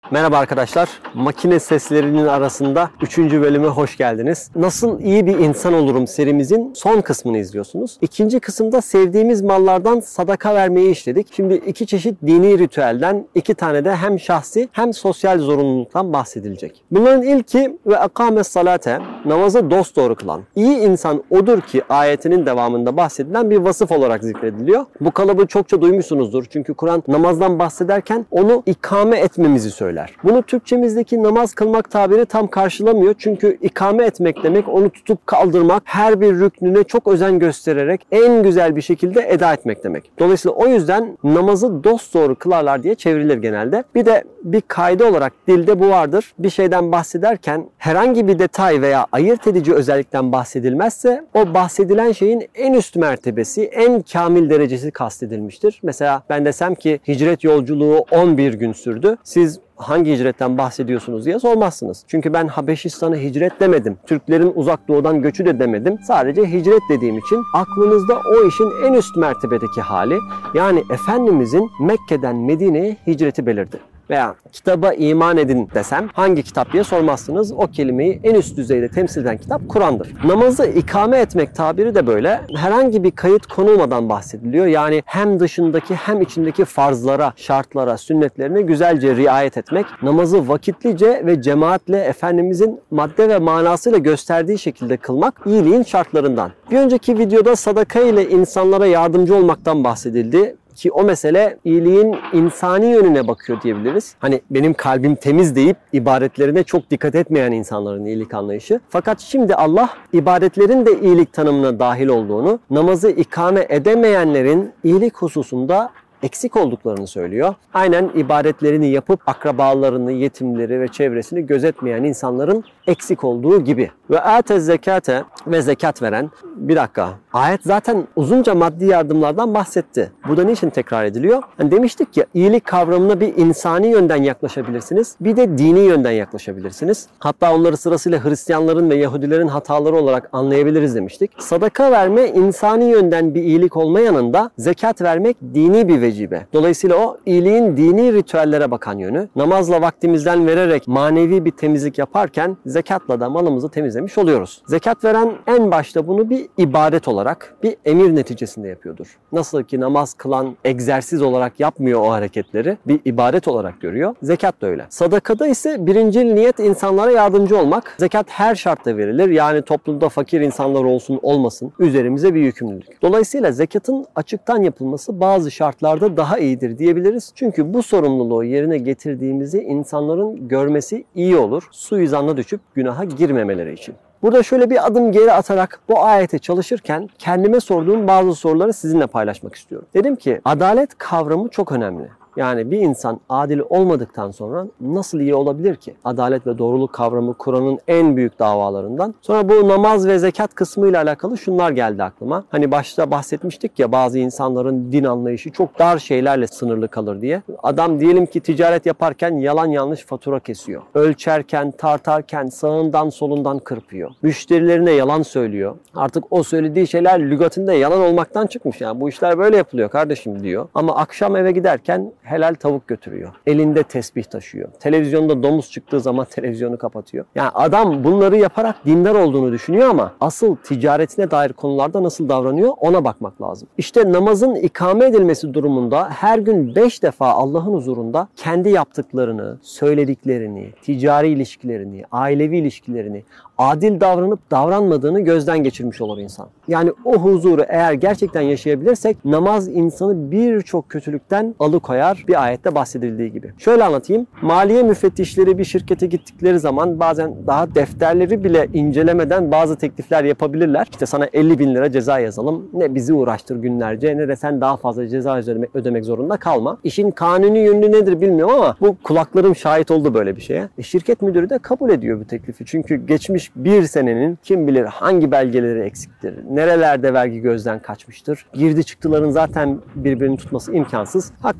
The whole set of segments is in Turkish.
Merhaba arkadaşlar. Makine seslerinin arasında 3. bölüme hoş geldiniz. Nasıl iyi bir insan olurum serimizin son kısmını izliyorsunuz. İkinci kısımda sevdiğimiz mallardan sadaka vermeyi işledik. Şimdi iki çeşit dini ritüelden, iki tane de hem şahsi hem sosyal zorunluluktan bahsedilecek. Bunların ilki ve akames salate, namazı dosdoğru kılan. İyi insan odur ki ayetinin devamında bahsedilen bir vasıf olarak zikrediliyor. Bu kalıbı çokça duymuşsunuzdur. Çünkü Kur'an namazdan bahsederken onu ikame etmemizi söyler. Bunu Türkçemizdeki namaz kılmak tabiri tam karşılamıyor. Çünkü ikame etmek demek onu tutup kaldırmak, her bir rüknüne çok özen göstererek en güzel bir şekilde eda etmek demek. Dolayısıyla o yüzden namazı dosdoğru kılarlar diye çevrilir genelde. Bir de bir kaydı olarak dilde bu vardır. Bir şeyden bahsederken herhangi bir detay veya ayırt edici özellikten bahsedilmezse o bahsedilen şeyin en üst mertebesi, en kamil derecesi kastedilmiştir. Mesela ben desem ki hicret yolculuğu 11 gün sürdü. Siz hangi hicretten bahsediyorsunuz diye sormazsınız. Çünkü ben Habeşistan'a hicret demedim. Türklerin uzak doğudan göçü de demedim. Sadece hicret dediğim için aklınızda o işin en üst mertebedeki hali, yani Efendimizin Mekke'den Medine'ye hicreti belirdi. Veya kitaba iman edin desem hangi kitap diye sormazsınız. O kelimeyi en üst düzeyde temsil eden kitap Kur'an'dır. Namazı ikame etmek tabiri de böyle. Herhangi bir kayıt konulmadan bahsediliyor. Yani hem dışındaki hem içindeki farzlara, şartlara, sünnetlerine güzelce riayet etmek, namazı vakitlice ve cemaatle Efendimizin madde ve manasıyla gösterdiği şekilde kılmak iyiliğin şartlarından. Bir önceki videoda sadaka ile insanlara yardımcı olmaktan bahsedildi. Ki o mesele iyiliğin insani yönüne bakıyor diyebiliriz. Hani benim kalbim temiz deyip ibadetlerine çok dikkat etmeyen insanların iyilik anlayışı. Fakat şimdi Allah ibadetlerin de iyilik tanımına dahil olduğunu, namazı ikame edemeyenlerin iyilik hususunda eksik olduklarını söylüyor. Aynen ibadetlerini yapıp akrabalarını, yetimleri ve çevresini gözetmeyen insanların eksik olduğu gibi. Ve ate zekate ve zekat veren, bir dakika, ayet zaten uzunca maddi yardımlardan bahsetti. Bu da niçin tekrar ediliyor? Hani demiştik ya, iyilik kavramına bir insani yönden yaklaşabilirsiniz, bir de dini yönden yaklaşabilirsiniz. Hatta onları sırasıyla Hristiyanların ve Yahudilerin hataları olarak anlayabiliriz demiştik. Sadaka verme insani yönden bir iyilik olma yanında zekat vermek dini bir vecibe. Dolayısıyla o iyiliğin dini ritüellere bakan yönü. Namazla vaktimizden vererek manevi bir temizlik yaparken zekatla da malımızı temizlemiş oluyoruz. Zekat veren en başta bunu bir ibadet olarak, bir emir neticesinde yapıyordur. Nasıl ki namaz kılan egzersiz olarak yapmıyor o hareketleri, bir ibadet olarak görüyor. Zekat da öyle. Sadakada ise birincil niyet insanlara yardımcı olmak. Zekat her şartta verilir. Yani toplumda fakir insanlar olsun olmasın üzerimize bir yükümlülük. Dolayısıyla zekatın açıktan yapılması bazı şartlarda daha iyidir diyebiliriz. Çünkü bu sorumluluğu yerine getirdiğimizi insanların görmesi iyi olur. Suizana düşüp günaha girmemeleri için. Burada şöyle bir adım geri atarak bu ayete çalışırken kendime sorduğum bazı soruları sizinle paylaşmak istiyorum. Dedim ki adalet kavramı çok önemli. Yani bir insan adil olmadıktan sonra nasıl iyi olabilir ki? Adalet ve doğruluk kavramı Kur'an'ın en büyük davalarından. Sonra bu namaz ve zekat kısmıyla alakalı şunlar geldi aklıma. Hani başta bahsetmiştik ya, bazı insanların din anlayışı çok dar şeylerle sınırlı kalır diye. Adam diyelim ki ticaret yaparken yalan yanlış fatura kesiyor. Ölçerken, tartarken sağından solundan kırpıyor. Müşterilerine yalan söylüyor. Artık o söylediği şeyler lügatinde yalan olmaktan çıkmış. Yani bu işler böyle yapılıyor kardeşim diyor. Ama akşam eve giderken helal tavuk götürüyor. Elinde tesbih taşıyor. Televizyonda domuz çıktığı zaman televizyonu kapatıyor. Yani adam bunları yaparak dindar olduğunu düşünüyor ama asıl ticaretine dair konularda nasıl davranıyor ona bakmak lazım. İşte namazın ikame edilmesi durumunda her gün 5 defa Allah'ın huzurunda kendi yaptıklarını, söylediklerini, ticari ilişkilerini, ailevi ilişkilerini, adil davranıp davranmadığını gözden geçirmiş olur insan. Yani o huzuru eğer gerçekten yaşayabilirsek namaz insanı birçok kötülükten alıkoyar, bir ayette bahsedildiği gibi. Şöyle anlatayım. Maliye müfettişleri bir şirkete gittikleri zaman bazen daha defterleri bile incelemeden bazı teklifler yapabilirler. İşte sana 50 bin lira ceza yazalım. Ne bizi uğraştır günlerce ne de sen daha fazla ceza ödemek zorunda kalma. İşin kanuni yönü nedir bilmiyorum ama bu kulaklarım şahit oldu böyle bir şeye. Şirket müdürü de kabul ediyor bu teklifi. Çünkü geçmiş bir senenin kim bilir hangi belgeleri eksiktir, nerelerde vergi gözden kaçmıştır. Girdi çıktıların zaten birbirini tutması imkansız. Hakikaten belki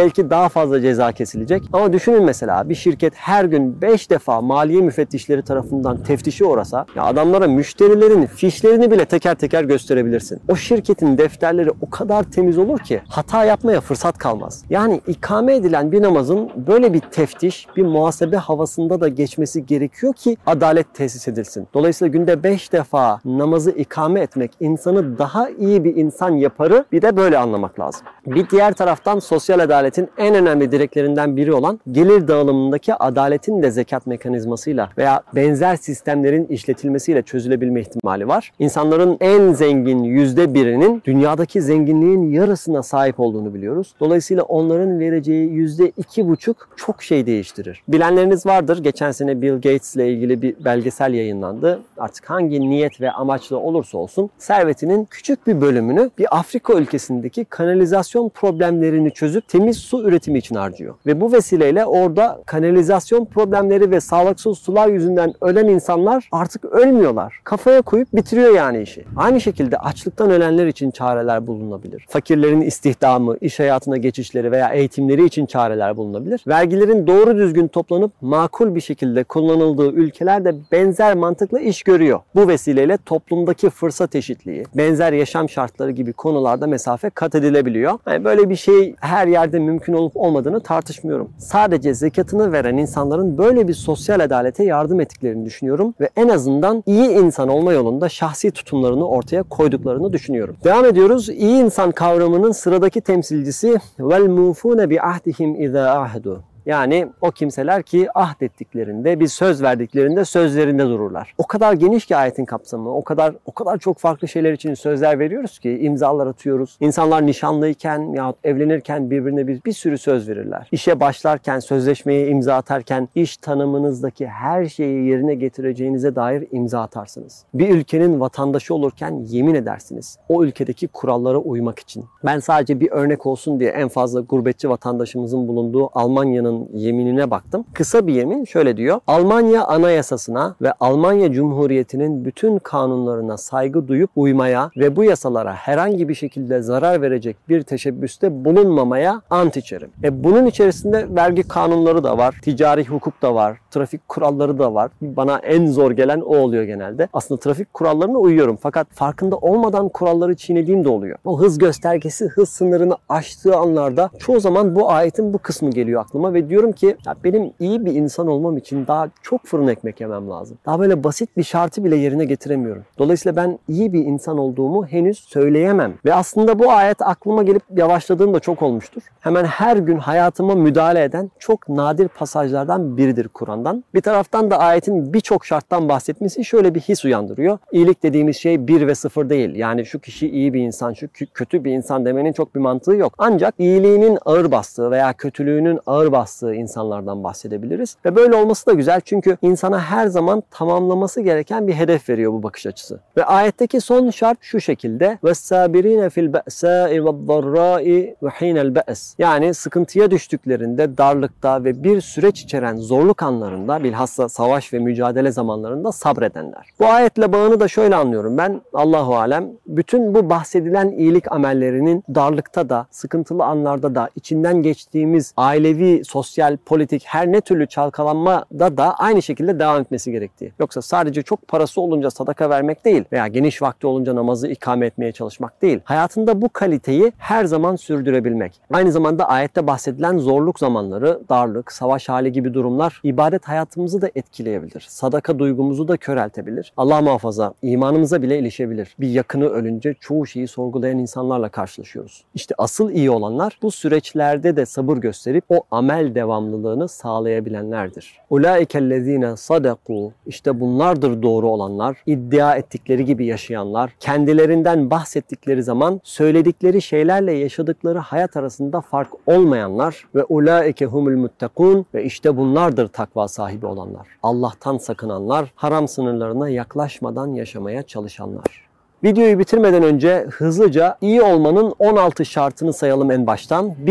belki daha fazla ceza kesilecek. Ama düşünün mesela bir şirket her gün 5 defa maliye müfettişleri tarafından teftişe uğrasa, ya adamlara müşterilerin fişlerini bile teker teker gösterebilirsin. O şirketin defterleri o kadar temiz olur ki hata yapmaya fırsat kalmaz. Yani ikame edilen bir namazın böyle bir teftiş, bir muhasebe havasında da geçmesi gerekiyor ki adalet tesis edilsin. Dolayısıyla günde 5 defa namazı ikame etmek insanı daha iyi bir insan yaparı bir de böyle anlamak lazım. Bir diğer taraftan sosyal adaletin en önemli direklerinden biri olan gelir dağılımındaki adaletin de zekat mekanizmasıyla veya benzer sistemlerin işletilmesiyle çözülebilme ihtimali var. İnsanların en zengin %1'inin dünyadaki zenginliğin yarısına sahip olduğunu biliyoruz. Dolayısıyla onların vereceği %2,5 çok şey değiştirir. Bilenleriniz vardır. Geçen sene Bill Gates ile ilgili bir belgesel yayınlandı. Artık hangi niyet ve amaçla olursa olsun servetinin küçük bir bölümünü bir Afrika ülkesindeki kanalizasyon problemlerini çözüp temiz su üretimi için harcıyor. Ve bu vesileyle orada kanalizasyon problemleri ve sağlıksız sular yüzünden ölen insanlar artık ölmüyorlar. Kafaya koyup bitiriyor yani işi. Aynı şekilde açlıktan ölenler için çareler bulunabilir. Fakirlerin istihdamı, iş hayatına geçişleri veya eğitimleri için çareler bulunabilir. Vergilerin doğru düzgün toplanıp makul bir şekilde kullanıldığı ülkelerde benzer mantıkla iş görüyor. Bu vesileyle toplumdaki fırsat eşitliği, benzer yaşam şartları gibi konularda mesafe kat edilebiliyor. Yani böyle bir şey her yerde mümkün olup olmadığını tartışmıyorum. Sadece zekatını veren insanların böyle bir sosyal adalete yardım ettiklerini düşünüyorum ve en azından iyi insan olma yolunda şahsi tutumlarını ortaya koyduklarını düşünüyorum. Devam ediyoruz. İyi insan kavramının sıradaki temsilcisi vel mufune bi ahdihim iza ahdu. Yani o kimseler ki ahdettiklerinde, bir söz verdiklerinde sözlerinde dururlar. O kadar geniş ki ayetin kapsamı, o kadar çok farklı şeyler için sözler veriyoruz ki, imzalar atıyoruz. İnsanlar nişanlıyken yahut evlenirken birbirine bir sürü söz verirler. İşe başlarken, sözleşmeye imza atarken iş tanımınızdaki her şeyi yerine getireceğinize dair imza atarsınız. Bir ülkenin vatandaşı olurken yemin edersiniz. O ülkedeki kurallara uymak için. Ben sadece bir örnek olsun diye en fazla gurbetçi vatandaşımızın bulunduğu Almanya'nın yeminine baktım. Kısa bir yemin şöyle diyor. Almanya Anayasasına ve Almanya Cumhuriyeti'nin bütün kanunlarına saygı duyup uymaya ve bu yasalara herhangi bir şekilde zarar verecek bir teşebbüste bulunmamaya ant içerim. Bunun içerisinde vergi kanunları da var, ticari hukuk da var, trafik kuralları da var. Bana en zor gelen o oluyor genelde. Aslında trafik kurallarına uyuyorum fakat farkında olmadan kuralları çiğnediğim de oluyor. O hız göstergesi hız sınırını aştığı anlarda çoğu zaman bu ayetin bu kısmı geliyor aklıma ve diyorum ki ya benim iyi bir insan olmam için daha çok fırın ekmek yemem lazım. Daha böyle basit bir şartı bile yerine getiremiyorum. Dolayısıyla ben iyi bir insan olduğumu henüz söyleyemem. Ve aslında bu ayet aklıma gelip yavaşladığım da çok olmuştur. Hemen her gün hayatıma müdahale eden çok nadir pasajlardan biridir Kur'an'dan. Bir taraftan da ayetin birçok şarttan bahsetmesi şöyle bir his uyandırıyor. İyilik dediğimiz şey 1 ve 0 değil. Yani şu kişi iyi bir insan, şu kötü bir insan demenin çok bir mantığı yok. Ancak iyiliğinin ağır bastığı veya kötülüğünün ağır bastığı insanlardan bahsedebiliriz. Ve böyle olması da güzel çünkü insana her zaman tamamlaması gereken bir hedef veriyor bu bakış açısı. Ve ayetteki son şart şu şekilde وَالسَّابِرِينَ فِي الْبَأْسَاءِ وَالضَّرَّاءِ وَحِينَ الْبَأْسِ. Yani sıkıntıya düştüklerinde, darlıkta ve bir süreç içeren zorluk anlarında, bilhassa savaş ve mücadele zamanlarında sabredenler. Bu ayetle bağını da şöyle anlıyorum ben, Allahu alem. Bütün bu bahsedilen iyilik amellerinin darlıkta da, sıkıntılı anlarda da, içinden geçtiğimiz ailevi, sosyal, politik her ne türlü çalkalanmada da aynı şekilde devam etmesi gerektiği. Yoksa sadece çok parası olunca sadaka vermek değil veya geniş vakti olunca namazı ikame etmeye çalışmak değil. Hayatında bu kaliteyi her zaman sürdürebilmek. Aynı zamanda ayette bahsedilen zorluk zamanları, darlık, savaş hali gibi durumlar ibadet hayatımızı da etkileyebilir. Sadaka duygumuzu da köreltebilir. Allah muhafaza imanımıza bile ilişebilir. Bir yakını ölünce çoğu şeyi sorgulayan insanlarla karşılaşıyoruz. İşte asıl iyi olanlar bu süreçlerde de sabır gösterip o amel devamlılığını sağlayabilenlerdir. Ulaikellezine sadaku. İşte bunlardır doğru olanlar. İddia ettikleri gibi yaşayanlar. Kendilerinden bahsettikleri zaman söyledikleri şeylerle yaşadıkları hayat arasında fark olmayanlar ve ulaike humul muttakun ve işte bunlardır takva sahibi olanlar. Allah'tan sakınanlar, haram sınırlarına yaklaşmadan yaşamaya çalışanlar. Videoyu bitirmeden önce hızlıca iyi olmanın 16 şartını sayalım en baştan. 1.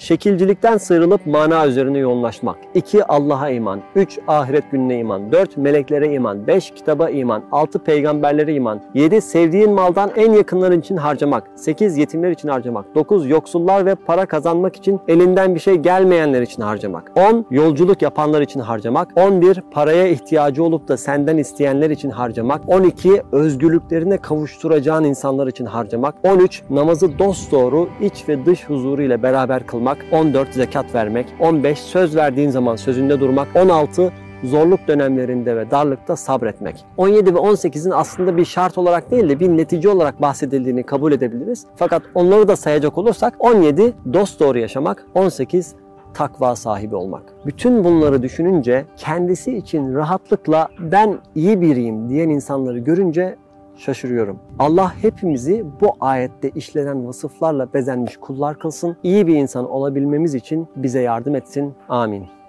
şekilcilikten sıyrılıp mana üzerine yoğunlaşmak. 2. Allah'a iman. 3. Ahiret gününe iman. 4. Meleklere iman. 5. Kitaba iman. 6. Peygamberlere iman. 7. Sevdiğin maldan en yakınların için harcamak. 8. Yetimler için harcamak. 9. Yoksullar ve para kazanmak için elinden bir şey gelmeyenler için harcamak. 10. Yolculuk yapanlar için harcamak. 11. Paraya ihtiyacı olup da senden isteyenler için harcamak. 12. Özgürlüklerine kavuşturacağın insanlar için harcamak. 13. Namazı dosdoğru iç ve dış huzuru ile beraber kılmak. 14. Zekat vermek. 15. Söz verdiğin zaman sözünde durmak. 16. Zorluk dönemlerinde ve darlıkta sabretmek. 17 ve 18'in aslında bir şart olarak değil de bir netice olarak bahsedildiğini kabul edebiliriz. Fakat onları da sayacak olursak 17 dosdoğru yaşamak, 18 takva sahibi olmak. Bütün bunları düşününce kendisi için rahatlıkla ben iyi biriyim diyen insanları görünce şaşırıyorum. Allah hepimizi bu ayette işlenen vasıflarla bezenmiş kullar kılsın. İyi bir insan olabilmemiz için bize yardım etsin. Amin.